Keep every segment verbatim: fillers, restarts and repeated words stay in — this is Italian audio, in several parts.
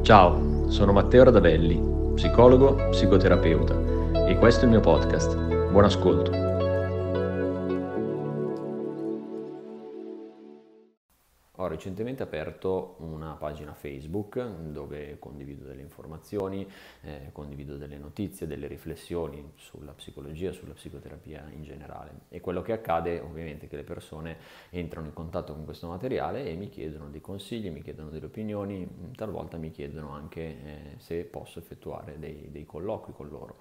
Ciao, sono Matteo Radavelli, psicologo, psicoterapeuta e questo è il mio podcast. Buon ascolto. Ho recentemente aperto una pagina Facebook dove condivido delle informazioni, eh, condivido delle notizie, delle riflessioni sulla psicologia, sulla psicoterapia in generale. E quello che accade ovviamente è che le persone entrano in contatto con questo materiale e mi chiedono dei consigli, mi chiedono delle opinioni, talvolta mi chiedono anche eh, se posso effettuare dei, dei colloqui con loro.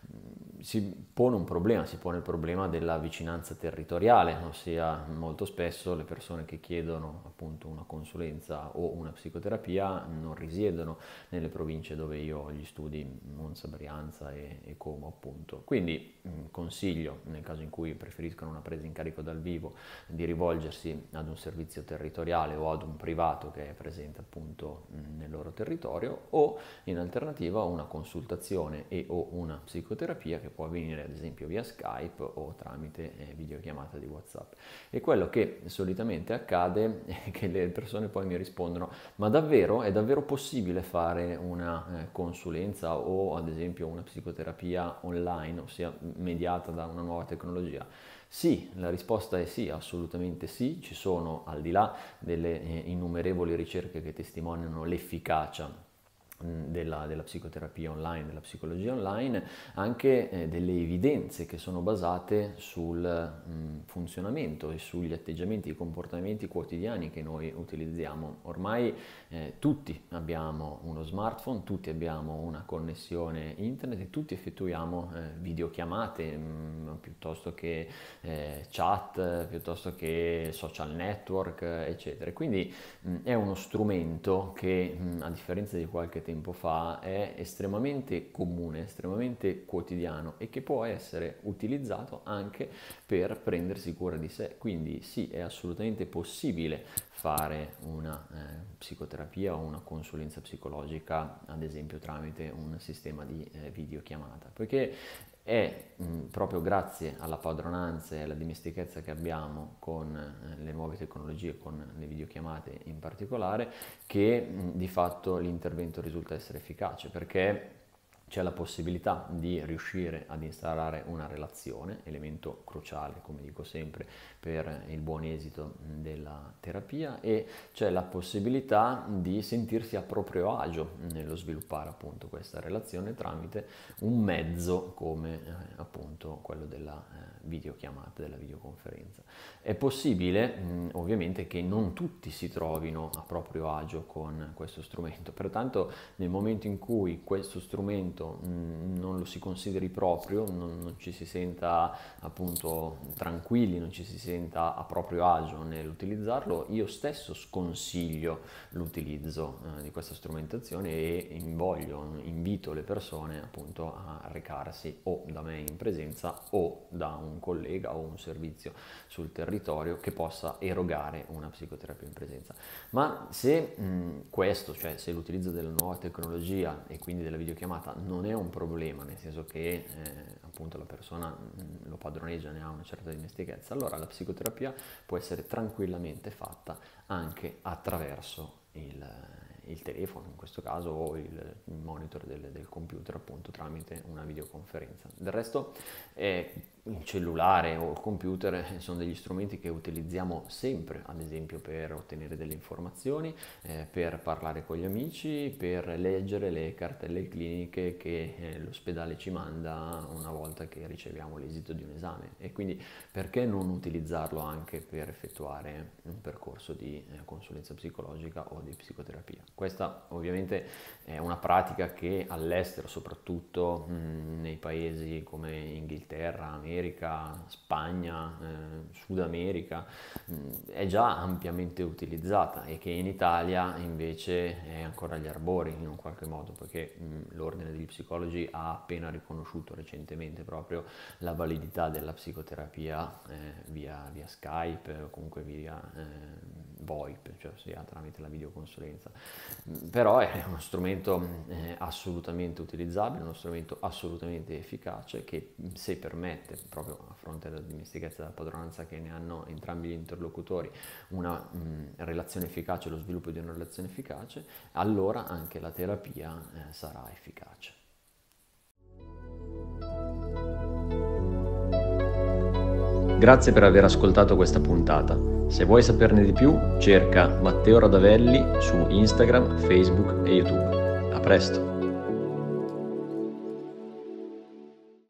Si pone un problema, si pone il problema della vicinanza territoriale, ossia molto spesso le persone che chiedono appunto una consulenza o una psicoterapia non risiedono nelle province dove io ho gli studi, Monza, Brianza e, e Como appunto. Quindi mh, consiglio, nel caso in cui preferiscono una presa in carico dal vivo, di rivolgersi ad un servizio territoriale o ad un privato che è presente appunto mh, nel loro territorio, o in alternativa una consultazione e o una psicoterapia che può avvenire ad esempio via Skype o tramite eh, videochiamata di WhatsApp. E quello che solitamente accade è che le persone poi mi rispondono: ma davvero è davvero possibile fare una eh, consulenza o ad esempio una psicoterapia online, ossia mediata da una nuova tecnologia? Sì, la risposta è sì, assolutamente sì. Ci sono, al di là delle eh, innumerevoli ricerche che testimoniano l'efficacia Della, della psicoterapia online, della psicologia online, anche eh, delle evidenze che sono basate sul mh, funzionamento e sugli atteggiamenti e comportamenti quotidiani che noi utilizziamo. Ormai eh, tutti abbiamo uno smartphone, tutti abbiamo una connessione internet e tutti effettuiamo eh, videochiamate mh, piuttosto che eh, chat, piuttosto che social network, eccetera. Quindi mh, è uno strumento che mh, a differenza di qualche tempo tempo fa è estremamente comune, estremamente quotidiano e che può essere utilizzato anche per prendersi cura di sé. Quindi sì, è assolutamente possibile fare una eh, psicoterapia o una consulenza psicologica, ad esempio tramite un sistema di eh, videochiamata, poiché è mh, proprio grazie alla padronanza e alla dimestichezza che abbiamo con eh, le nuove tecnologie, con le videochiamate in particolare, che mh, di fatto l'intervento risulta essere efficace, perché c'è la possibilità di riuscire ad instaurare una relazione, elemento cruciale, come dico sempre, per il buon esito della terapia, e c'è la possibilità di sentirsi a proprio agio nello sviluppare appunto questa relazione tramite un mezzo come eh, appunto quello della eh, videochiamata, della videoconferenza. È possibile mh, ovviamente che non tutti si trovino a proprio agio con questo strumento, pertanto nel momento in cui questo strumento mh, non lo si consideri proprio, non, non ci si senta appunto tranquilli, non ci si senta a proprio agio nell'utilizzarlo, io stesso sconsiglio l'utilizzo eh, di questa strumentazione e invoglio, invito le persone appunto a recarsi o da me in presenza o da un collega o un servizio sul territorio che possa erogare una psicoterapia in presenza. Ma se mh, questo, cioè se l'utilizzo della nuova tecnologia e quindi della videochiamata non è un problema, nel senso che eh, appunto la persona mh, lo padroneggia, ne ha una certa dimestichezza, allora la psicoterapia può essere tranquillamente fatta anche attraverso il, il telefono, in questo caso, o il, il monitor del, del computer, appunto tramite una videoconferenza. Del resto eh, il cellulare o il computer sono degli strumenti che utilizziamo sempre, ad esempio per ottenere delle informazioni, eh, per parlare con gli amici, per leggere le cartelle cliniche che eh, l'ospedale ci manda una volta che riceviamo l'esito di un esame, e quindi perché non utilizzarlo anche per effettuare un percorso di eh, consulenza psicologica o di psicoterapia. Questa ovviamente è una pratica che all'estero, soprattutto mh, nei paesi come Inghilterra, America, Spagna, eh, Sud America, mh, è già ampiamente utilizzata e che in Italia invece è ancora agli arbori in un qualche modo, perché mh, l'Ordine degli Psicologi ha appena riconosciuto recentemente proprio la validità della psicoterapia eh, via, via Skype o comunque via eh, VoIP, cioè sia tramite la videoconsulenza. Però è uno strumento eh, assolutamente utilizzabile, uno strumento assolutamente efficace che se permette, proprio a fronte della dimestichezza e della padronanza che ne hanno entrambi gli interlocutori, una mh, relazione efficace, lo sviluppo di una relazione efficace, allora anche la terapia eh, sarà efficace. Grazie per aver ascoltato questa puntata. Se vuoi saperne di più, cerca Matteo Radavelli su Instagram, Facebook e YouTube. A presto!